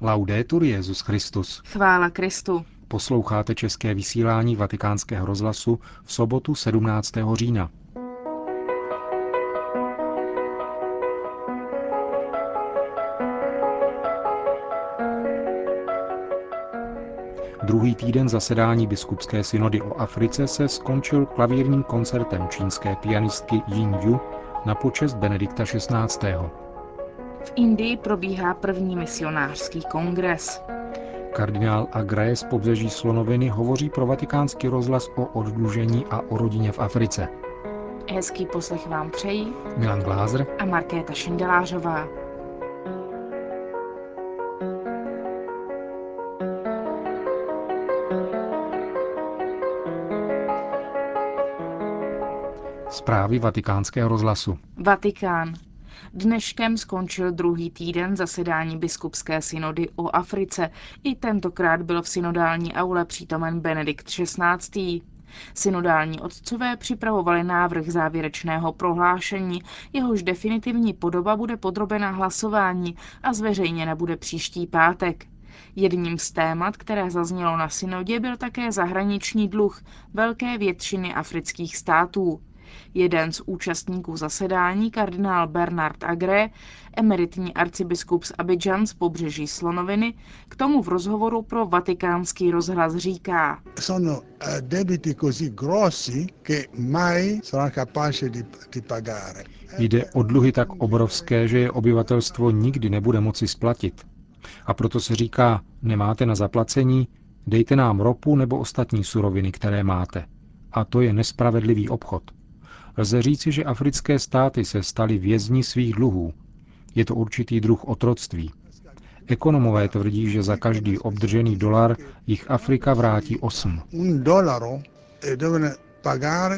Laudetur Jesus Christus. Chvála Kristu. Posloucháte české vysílání Vatikánského rozhlasu v sobotu 17. října. Druhý týden zasedání biskupské synody o Africe se skončil klavírním koncertem čínské pianistky Jin Yu na počest Benedikta XVI. V Indii probíhá první misionářský kongres. Kardinál Agré z Pobřeží Slonoviny hovoří pro Vatikánský rozhlas o oddlužení a o rodině v Africe. Hezký poslech vám přejí Milan Glázer a Markéta Šindelářová. Zprávy Vatikánského rozhlasu. Vatikán. Dneškem skončil druhý týden zasedání biskupské synody o Africe. I tentokrát byl v synodální aule přítomen Benedikt XVI. Synodální otcové připravovali návrh závěrečného prohlášení, jehož definitivní podoba bude podrobena hlasování a zveřejněna bude příští pátek. Jedním z témat, které zaznělo na synodě, byl také zahraniční dluh velké většiny afrických států. Jeden z účastníků zasedání, kardinál Bernard Agré, emeritní arcibiskup z Abidjan z Pobřeží Slonoviny, k tomu v rozhovoru pro Vatikánský rozhlas říká: Sono debiti così grossi che mai sarà capace di pagare. Jde o dluhy tak obrovské, že je obyvatelstvo nikdy nebude moci splatit. A proto se říká, nemáte na zaplacení, dejte nám ropu nebo ostatní suroviny, které máte. A to je nespravedlivý obchod. Lze říci, že africké státy se staly vězni svých dluhů. Je to určitý druh otroctví. Ekonomové tvrdí, že za každý obdržený dolar jich Afrika vrátí 8. $1 deve pagare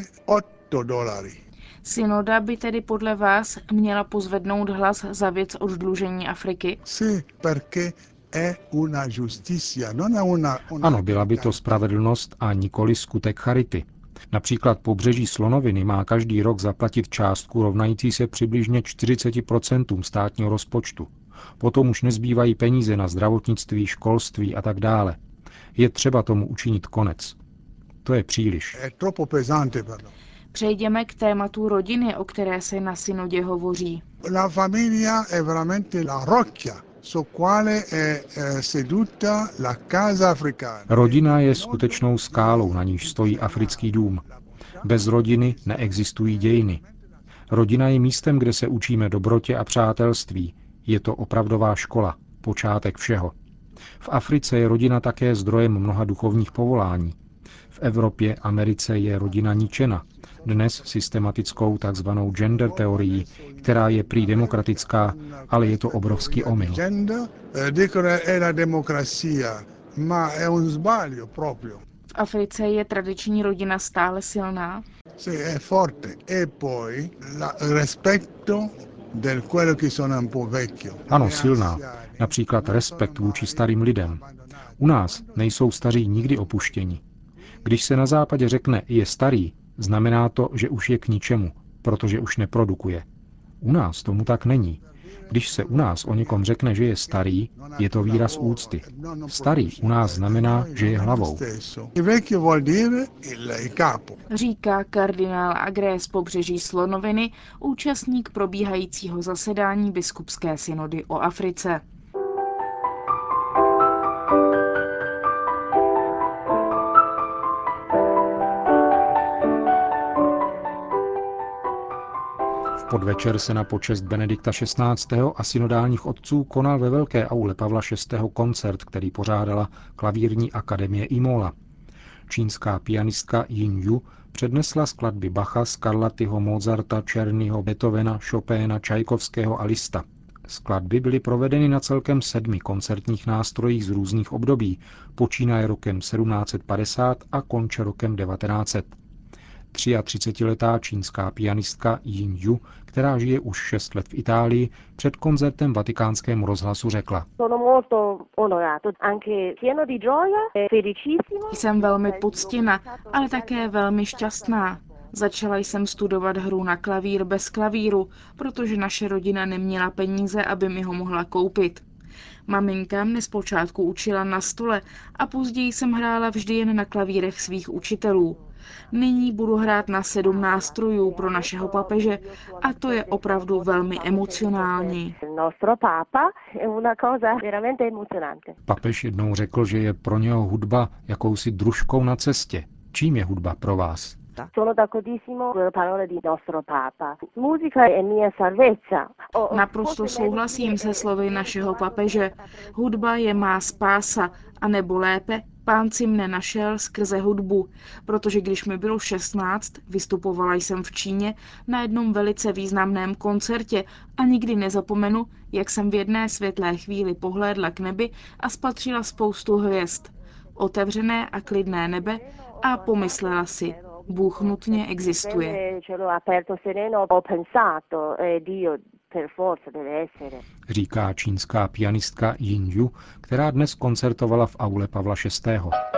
$8. Synoda by tedy podle vás měla pozvednout hlas za věc oddlužení Afriky? Sì, perché è una giustizia, non è una Ano, byla by to spravedlnost a nikoli skutek charity. Například Pobřeží Slonoviny má každý rok zaplatit částku rovnající se přibližně 40% státního rozpočtu. Potom už nezbývají peníze na zdravotnictví, školství a tak dále. Je třeba tomu učinit konec. To je příliš. È troppo pesante per loro. Přejdeme k tématu rodiny, o které se na synodě hovoří. La famiglia è veramente la roccia su quale è seduta la casa africana. Rodina je skutečnou skálou, na níž stojí africký dům. Bez rodiny neexistují dějiny. Rodina je místem, kde se učíme dobrotě a přátelství. Je to opravdová škola, počátek všeho. V Africe je rodina také zdrojem mnoha duchovních povolání. V Evropě, Americe je rodina ničena. Dnes systematickou takzvanou gender teorií, která je prý demokratická, ale je to obrovský omyl. Dicono è la democrazia, ma è un sbaglio proprio. V Africe je tradiční rodina stále silná? Sì, è forte. E poi rispetto del quello che sono un po' vecchio. Ano, silná. Například respekt vůči starým lidem. U nás nejsou staří nikdy opuštěni. Když se na západě řekne je starý, znamená to, že už je k ničemu, protože už neprodukuje. U nás tomu tak není. Když se u nás o někom řekne, že je starý, je to výraz úcty. Starý u nás znamená, že je hlavou. Říká kardinál Agré z Pobřeží Slonoviny, účastník probíhajícího zasedání biskupské synody o Africe. V podvečer se na počest Benedikta XVI. A synodálních otců konal ve velké aule Pavla VI. Koncert, který pořádala klavírní akademie Imola. Čínská pianistka Jin Yu přednesla skladby Bacha, Scarlattiho, Mozarta, Czernyho, Beethovena, Chopina, Čajkovského a Lista. Skladby byly provedeny na celkem 7 koncertních nástrojích z různých období, počínaje rokem 1750 a konče rokem 1900. 33letá čínská pianistka Jin Yu, která žije už 6 let v Itálii, před koncertem Vatikánskému rozhlasu řekla: Jsem velmi poctěna, ale také velmi šťastná. Začala jsem studovat hru na klavír bez klavíru, protože naše rodina neměla peníze, aby mi ho mohla koupit. Maminka mne zpočátku učila na stole a později jsem hrála vždy jen na klavírech svých učitelů. Nyní budu hrát na 7 nástrojů pro našeho papeže a to je opravdu velmi emocionální. Papež jednou řekl, že je pro něho hudba jakousi družkou na cestě. Čím je hudba pro vás? Naprosto souhlasím se slovy našeho papeže. Hudba je má spása, a nebo lépe, Pán si mne našel skrze hudbu, protože když mi bylo 16, vystupovala jsem v Číně na jednom velice významném koncertě a nikdy nezapomenu, jak jsem v jedné světlé chvíli pohlédla k nebi a spatřila spoustu hvězd. Otevřené a klidné nebe a pomyslela si, Bůh nutně existuje. Říká čínská pianistka Jin Yu, která dnes koncertovala v aule Pavla VI.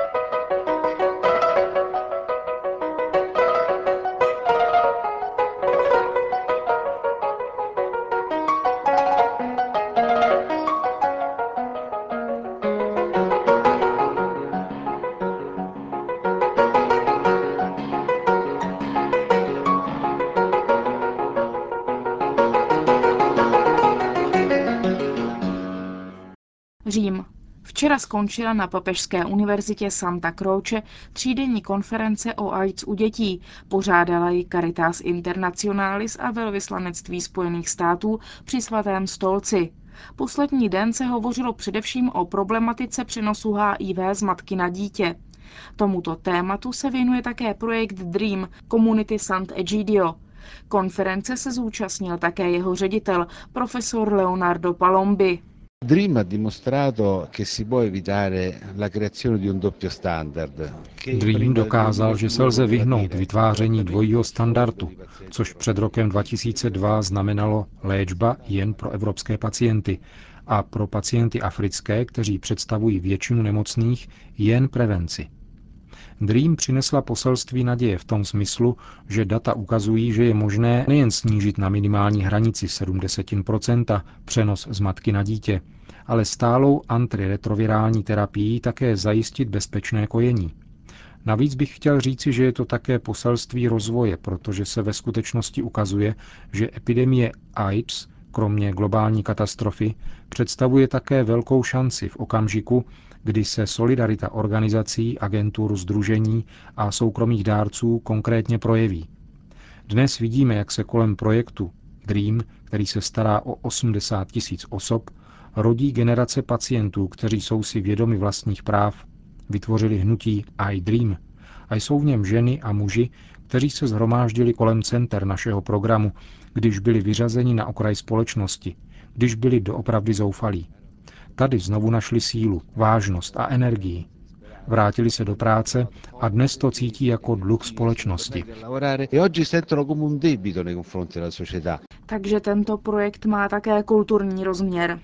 Řím. Včera skončila na Papežské univerzitě Santa Croce třídenní konference o AIDS u dětí. Pořádala ji Caritas Internationalis a velvyslanectví Spojených států při Svatém stolci. Poslední den se hovořilo především o problematice přenosu HIV z matky na dítě. Tomuto tématu se věnuje také projekt DREAM Community Sant'Egidio. Konference se zúčastnil také jeho ředitel, profesor Leonardo Palombi. DREAM ha dimostrato che si può evitare la creazione di un doppio standard. DREAM dokázal, že se lze vyhnout vytváření dvojího standardu, což před rokem 2002 znamenalo léčba jen pro evropské pacienty a pro pacienty africké, kteří představují většinu nemocných, jen prevenci. DREAM přinesla poselství naděje v tom smyslu, že data ukazují, že je možné nejen snížit na minimální hranici 0,7% přenos z matky na dítě, ale stálou antiretrovirální terapii také zajistit bezpečné kojení. Navíc bych chtěl říci, že je to také poselství rozvoje, protože se ve skutečnosti ukazuje, že epidemie AIDS, kromě globální katastrofy, představuje také velkou šanci v okamžiku, kdy se solidarita organizací, agentur, sdružení a soukromých dárců konkrétně projeví. Dnes vidíme, jak se kolem projektu DREAM, který se stará o 80 000 osob, rodí generace pacientů, kteří jsou si vědomi vlastních práv, vytvořili hnutí I Dream a jsou v něm ženy a muži, kteří se shromáždili kolem center našeho programu, když byli vyřazeni na okraj společnosti, když byli doopravdy zoufalí. Tady znovu našli sílu, vážnost a energii. Vrátili se do práce a dnes to cítí jako dluh společnosti. Takže tento projekt má také kulturní rozměr.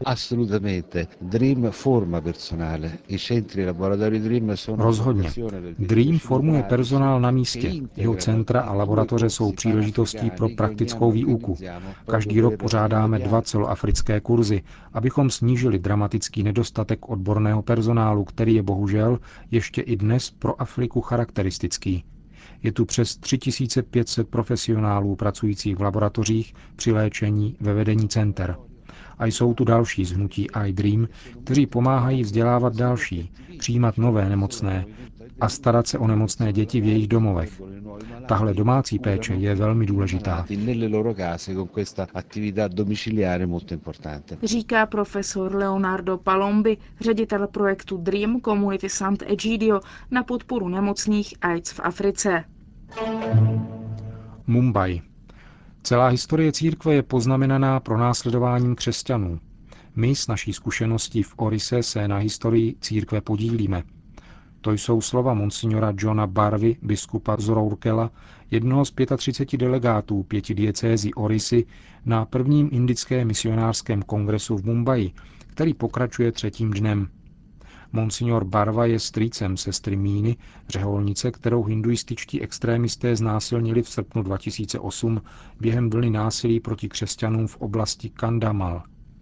Rozhodně. DREAM formuje personál na místě. Jeho centra a laboratoře jsou příležitostí pro praktickou výuku. Každý rok pořádáme 2 celoafrické kurzy, abychom snížili dramatický nedostatek odborného personálu, který je bohužel ještě i dnes pro Afriku charakteristický. Je tu přes 3500 profesionálů pracujících v laboratořích, při léčení, ve vedení center. A jsou tu další z hnutí I Dream, kteří pomáhají vzdělávat další, přijímat nové nemocné a starat se o nemocné děti v jejich domovech. Tahle domácí péče je velmi důležitá. Říká profesor Leonardo Palombi, ředitel projektu DREAM Community Sant'Egidio na podporu nemocných AIDS v Africe. Mumbai. Celá historie církve je poznamenaná pronásledováním křesťanů. My s naší zkušeností v Orise se na historii církve podílíme. To jsou slova monsignora Johna Barvy, biskupa z Rourkela, jednoho z 35 delegátů 5 diecézí Orisy na prvním indickém misionářském kongresu v Mumbai, který pokračuje 3. dnem. Monsignor Barva je strýcem sestry Míny, řeholnice, kterou hinduističtí extrémisté znásilnili v srpnu 2008 během vlny násilí proti křesťanům v oblasti Kandamal.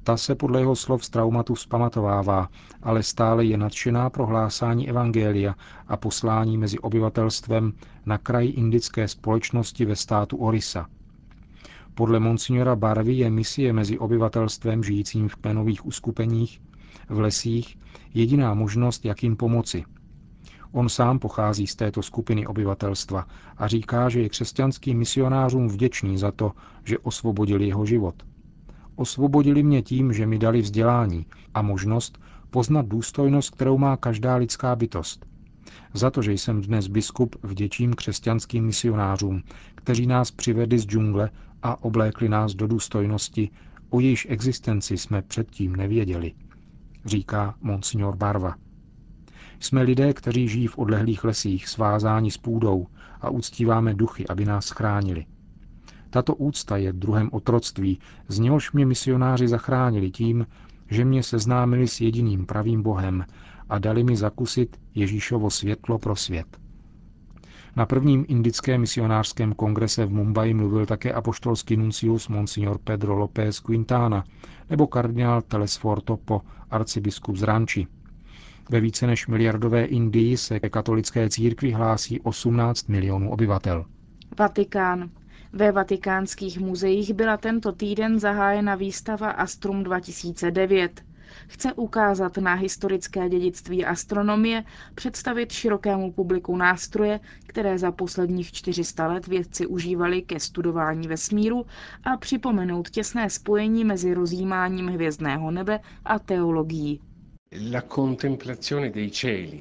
Ta se podle jeho slov z traumatu vzpamatovává, ale stále je nadšená pro hlásání evangelia a poslání mezi obyvatelstvem na kraji indické společnosti ve státu Orissa. Podle monsignora Barvy je misie mezi obyvatelstvem žijícím v kmenových uskupeních, v lesích, jediná možnost, jak jim pomoci. On sám pochází z této skupiny obyvatelstva a říká, že je křesťanským misionářům vděčný za to, že osvobodili jeho život. Osvobodili mě tím, že mi dali vzdělání a možnost poznat důstojnost, kterou má každá lidská bytost. Za to, že jsem dnes biskup, vděčím křesťanským misionářům, kteří nás přivedli z džungle a oblékli nás do důstojnosti, o jejíž existenci jsme předtím nevěděli, říká monsignor Barva. Jsme lidé, kteří žijí v odlehlých lesích, svázáni s půdou a uctíváme duchy, aby nás chránili. Tato úcta je druhem otroctví, z něhož mě misionáři zachránili tím, že mě seznámili s jediným pravým Bohem a dali mi zakusit Ježíšovo světlo pro svět. Na prvním indickém misionářském kongrese v Mumbai mluvil také apoštolský nuncius Monsignor Pedro López Quintana nebo kardinál Telesfor Topo, arcibiskup z Ranchi. Ve více než miliardové Indii se ke katolické církvi hlásí 18 milionů obyvatel. Vatikán. Ve vatikánských muzeích byla tento týden zahájena výstava Astrum 2009. Chce ukázat na historické dědictví astronomie, představit širokému publiku nástroje, které za posledních 400 let vědci užívali ke studování vesmíru a připomenout těsné spojení mezi rozjímáním hvězdného nebe a teologií. La contemplazione dei cieli.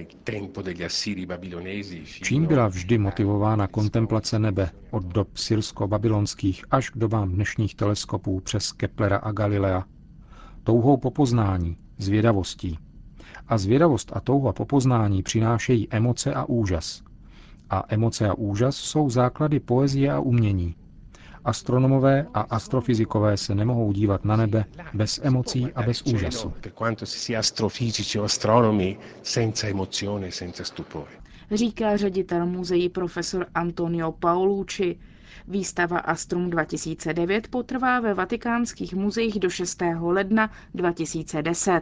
Čím byla vždy motivována kontemplace nebe od dob syrsko-babylonských až k dobám dnešních teleskopů přes Keplera a Galilea? Touhou po poznání, zvědavostí. A zvědavost a touha po poznání přinášejí emoce a úžas. A emoce a úžas jsou základy poezie a umění. Astronomové a astrofyzikové se nemohou dívat na nebe bez emocí a bez úžasu. Říká ředitel muzeí profesor Antonio Paolucci. Výstava Astrum 2009 potrvá ve vatikánských muzeích do 6. ledna 2010.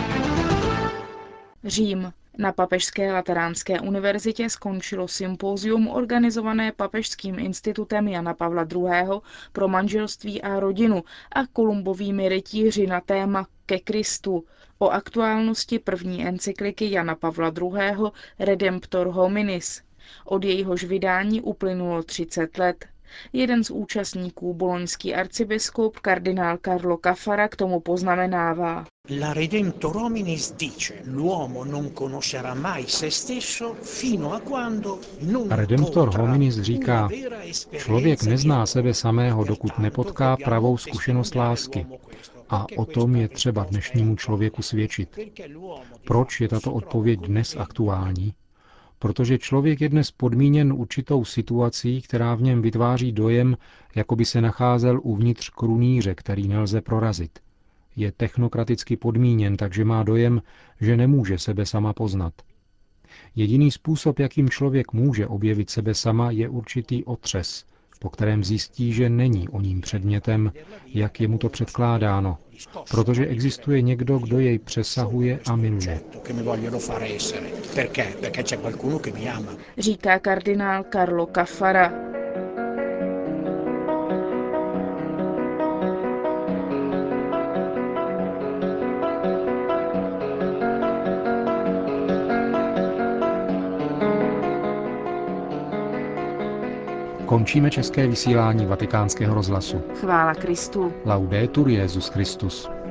Řím. Na Papežské lateránské univerzitě skončilo sympózium organizované Papežským institutem Jana Pavla II. Pro manželství a rodinu a kolumbovými rytíři na téma Ke Kristu o aktuálnosti první encykliky Jana Pavla II. Redemptor hominis. Od jejíhož vydání uplynulo 30 let. Jeden z účastníků, boloňský arcibiskup kardinál Carlo Caffara, k tomu poznamenává. La Redemptor hominis dice, l'uomo non conoscerà mai se stesso fino a quando non Redemptor hominis říká, člověk nezná sebe samého, dokud nepotká pravou zkušenost lásky. A o tom je třeba dnešnímu člověku svědčit. Proč je tato odpověď dnes aktuální? Protože člověk je dnes podmíněn určitou situací, která v něm vytváří dojem, jako by se nacházel uvnitř krunýře, který nelze prorazit. Je technokraticky podmíněn, takže má dojem, že nemůže sebe sama poznat. Jediný způsob, jakým člověk může objevit sebe sama, je určitý otřes, po kterém zjistí, že není o ním předmětem, jak je mu to předkládáno, protože existuje někdo, kdo jej přesahuje a miluje. Říká kardinál Carlo Caffara. Končíme české vysílání Vatikánského rozhlasu. Chvála Kristu. Laudetur Jesus Christus.